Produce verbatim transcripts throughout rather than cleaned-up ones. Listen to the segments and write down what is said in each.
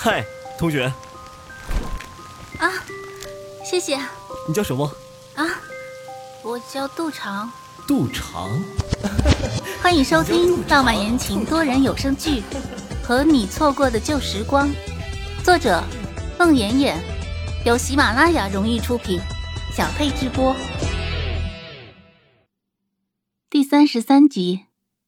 嗨，同学。 啊，谢谢。 你叫什么？ 啊，我叫杜长。 杜长。 欢迎收听浪漫言情多人有声剧《和你错过的旧时光》，作者孟妍妍，由喜马拉雅荣誉出品，小佩直播。第三十三集。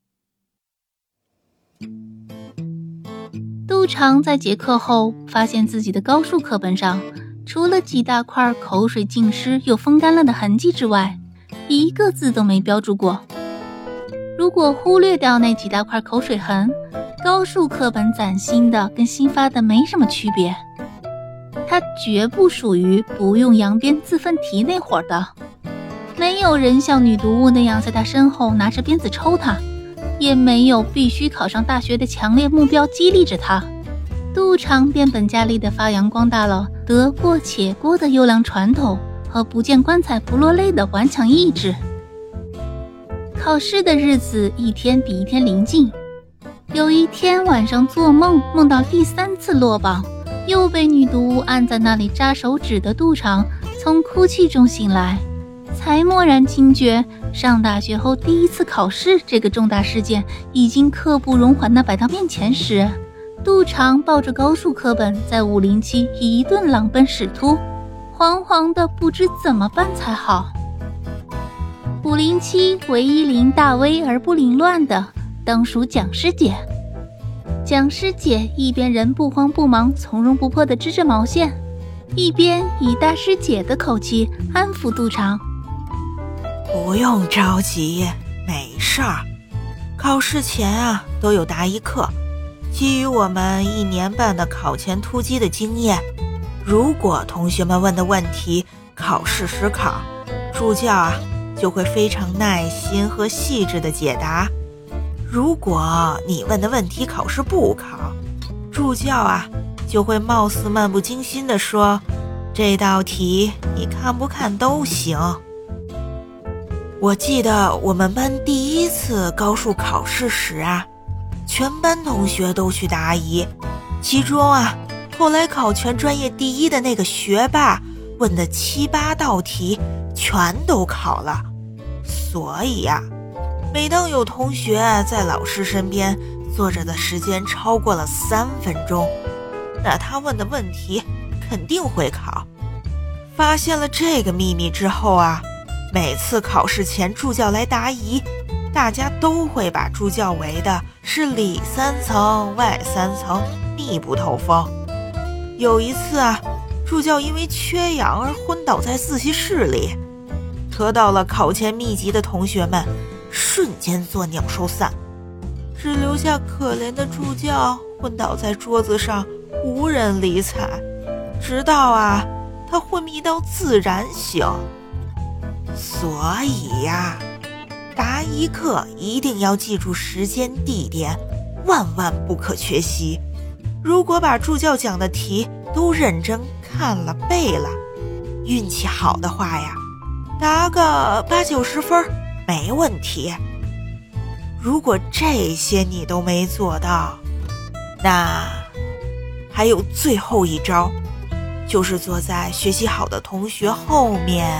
杜长在结课后发现自己的高数课本上，除了几大块口水浸湿又风干了的痕迹之外，一个字都没标注过。如果忽略掉那几大块口水痕，高数课本崭新的跟新发的没什么区别。他绝不属于不用扬鞭自奋蹄那会儿的，没有人像女读物那样在他身后拿着鞭子抽他，也没有必须考上大学的强烈目标激励着他。杜长变本加厉地发扬光大了得过且过的优良传统和不见棺材不落泪的顽强意志。考试的日子一天比一天临近，有一天晚上做梦，梦到第三次落榜，又被女读物按在那里扎手指的杜长从哭泣中醒来，才蓦然惊觉上大学后第一次考试这个重大事件已经刻不容缓地摆到面前时，杜长抱着高数课本在武林期一顿狼奔使突，惶惶的不知怎么办才好。武林期唯一凌大威而不凌乱的当属蒋师姐。蒋师姐一边人不慌不忙从容不迫地织着毛线，一边以大师姐的口气安抚杜长。 不用着急，没事儿。考试前啊都有答疑课，基于我们一年半的考前突击的经验，如果同学们问的问题考试时考，助教啊就会非常耐心和细致的解答。如果你问的问题考试不考，助教啊就会貌似漫不经心地说，这道题你看不看都行。我记得我们班第一次高数考试时啊，全班同学都去答疑，其中啊后来考全专业第一的那个学霸问的七八道题全都考了。所以呀、啊，每当有同学在老师身边坐着的时间超过了三分钟，那他问的问题肯定会考。发现了这个秘密之后啊，每次考试前助教来答疑，大家都会把助教围的是里三层外三层，密不透风。有一次啊，助教因为缺氧而昏倒在自习室里，得到了考前秘籍的同学们瞬间作鸟兽散，只留下可怜的助教昏倒在桌子上，无人理睬，直到啊他昏迷到自然醒。所以呀、啊，答疑课一定要记住时间地点，万万不可缺席。如果把助教讲的题都认真看了背了，运气好的话呀，答个八九十分没问题。如果这些你都没做到，那还有最后一招，就是坐在学习好的同学后面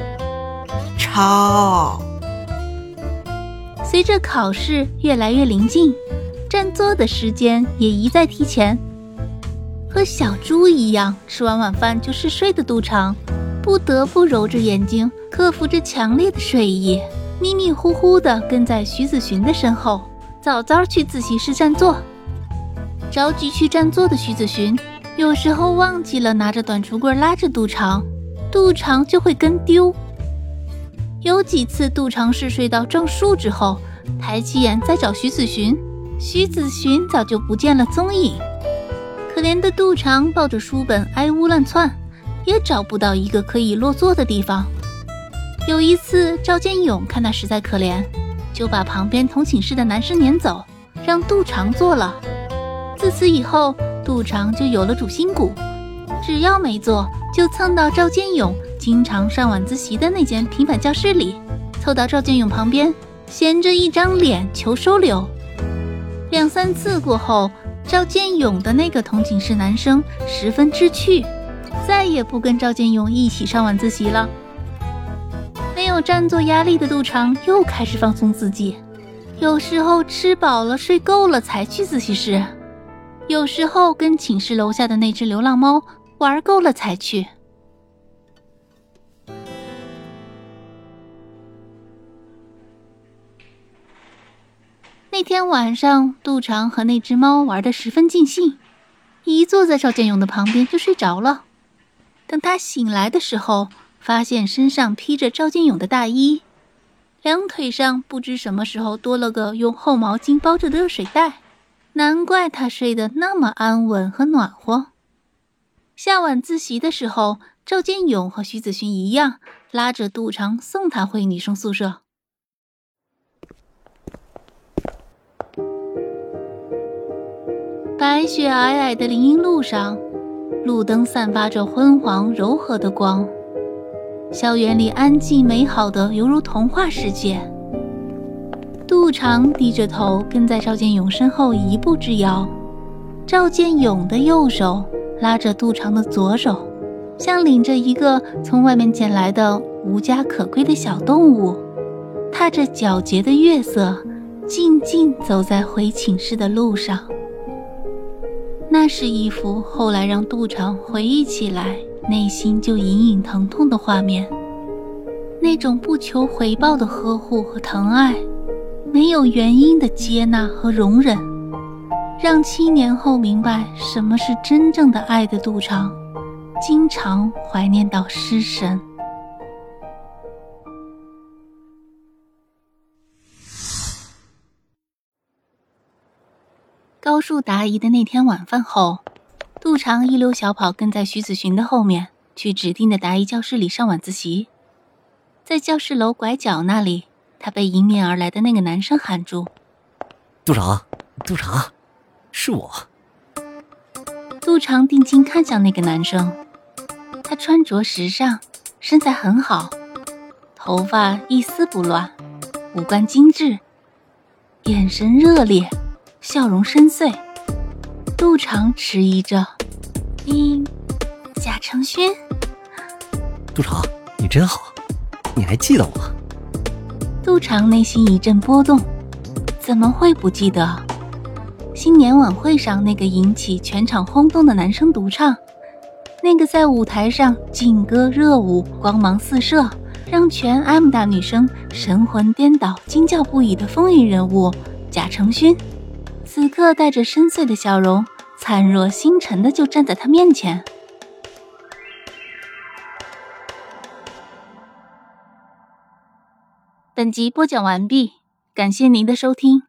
抄。 随着考试越来越临近，占座的时间也一再提前。和小猪一样吃完晚饭就嗜睡的杜长，不得不揉着眼睛，克服着强烈的睡意，迷迷糊糊地跟在徐子寻的身后，早早去自习室占座。着急去占座的徐子寻，有时候忘记了拿着短竹棍拉着杜长，杜长就会跟丢。有几次杜长嗜睡到撞树之后，抬起眼再找徐子寻，徐子寻早就不见了踪影。可怜的杜长抱着书本挨屋乱窜，也找不到一个可以落座的地方。有一次赵建勇看他实在可怜，就把旁边同寝室的男生撵走，让杜长坐了。自此以后，杜长就有了主心骨，只要没坐就蹭到赵建勇经常上晚自习的那间平板教室里，凑到赵建勇旁边，闲着一张脸求收留。两三次过后， 赵建勇的那个同寝室男生十分知趣，再也不跟赵建勇一起上晚自习了。没有占座压力的杜长又开始放松自己，有时候吃饱了睡够了才去自习室，有时候跟寝室楼下的那只流浪猫玩够了才去。那天晚上，杜长和那只猫玩得十分尽兴，一坐在赵建勇的旁边就睡着了。等他醒来的时候，发现身上披着赵建勇的大衣，两腿上不知什么时候多了个用厚毛巾包着的热水袋，难怪他睡得那么安稳和暖和。下晚自习的时候，赵建勇和徐子勋一样，拉着杜长送他回女生宿舍。白雪皑皑的林荫路上，路灯散发着昏黄柔和的光，校园里安静美好的犹如童话世界。杜长低着头跟在赵建勇身后一步之遥，赵建勇的右手拉着杜长的左手，像领着一个从外面捡来的无家可归的小动物，踏着皎洁的月色，静静走在回寝室的路上。那是一幅后来让杜长回忆起来内心就隐隐疼痛的画面，那种不求回报的呵护和疼爱，没有原因的接纳和容忍，让七年后明白什么是真正的爱的杜长，经常怀念到失神。高数答疑的那天晚饭后，杜长一溜小跑跟在徐子勋的后面，去指定的答疑教室里上晚自习。在教室楼拐角那里，他被迎面而来的那个男生喊住： 杜长，杜长，是我。 杜长定睛看向那个男生，他穿着时尚，身材很好，头发一丝不乱，五官精致，眼神热烈，笑容深邃。杜长迟疑着，因贾承勋。 杜长，你真好，你还记得我？ 杜长内心一阵波动，怎么会不记得？新年晚会上那个引起全场轰动的男声独唱，那个在舞台上劲歌热舞，光芒四射，让全 M 大女生神魂颠倒、惊叫不已的风云人物贾承勋，此刻带着深邃的笑容，灿若星辰的就站在他面前。本集播讲完毕，感谢您的收听。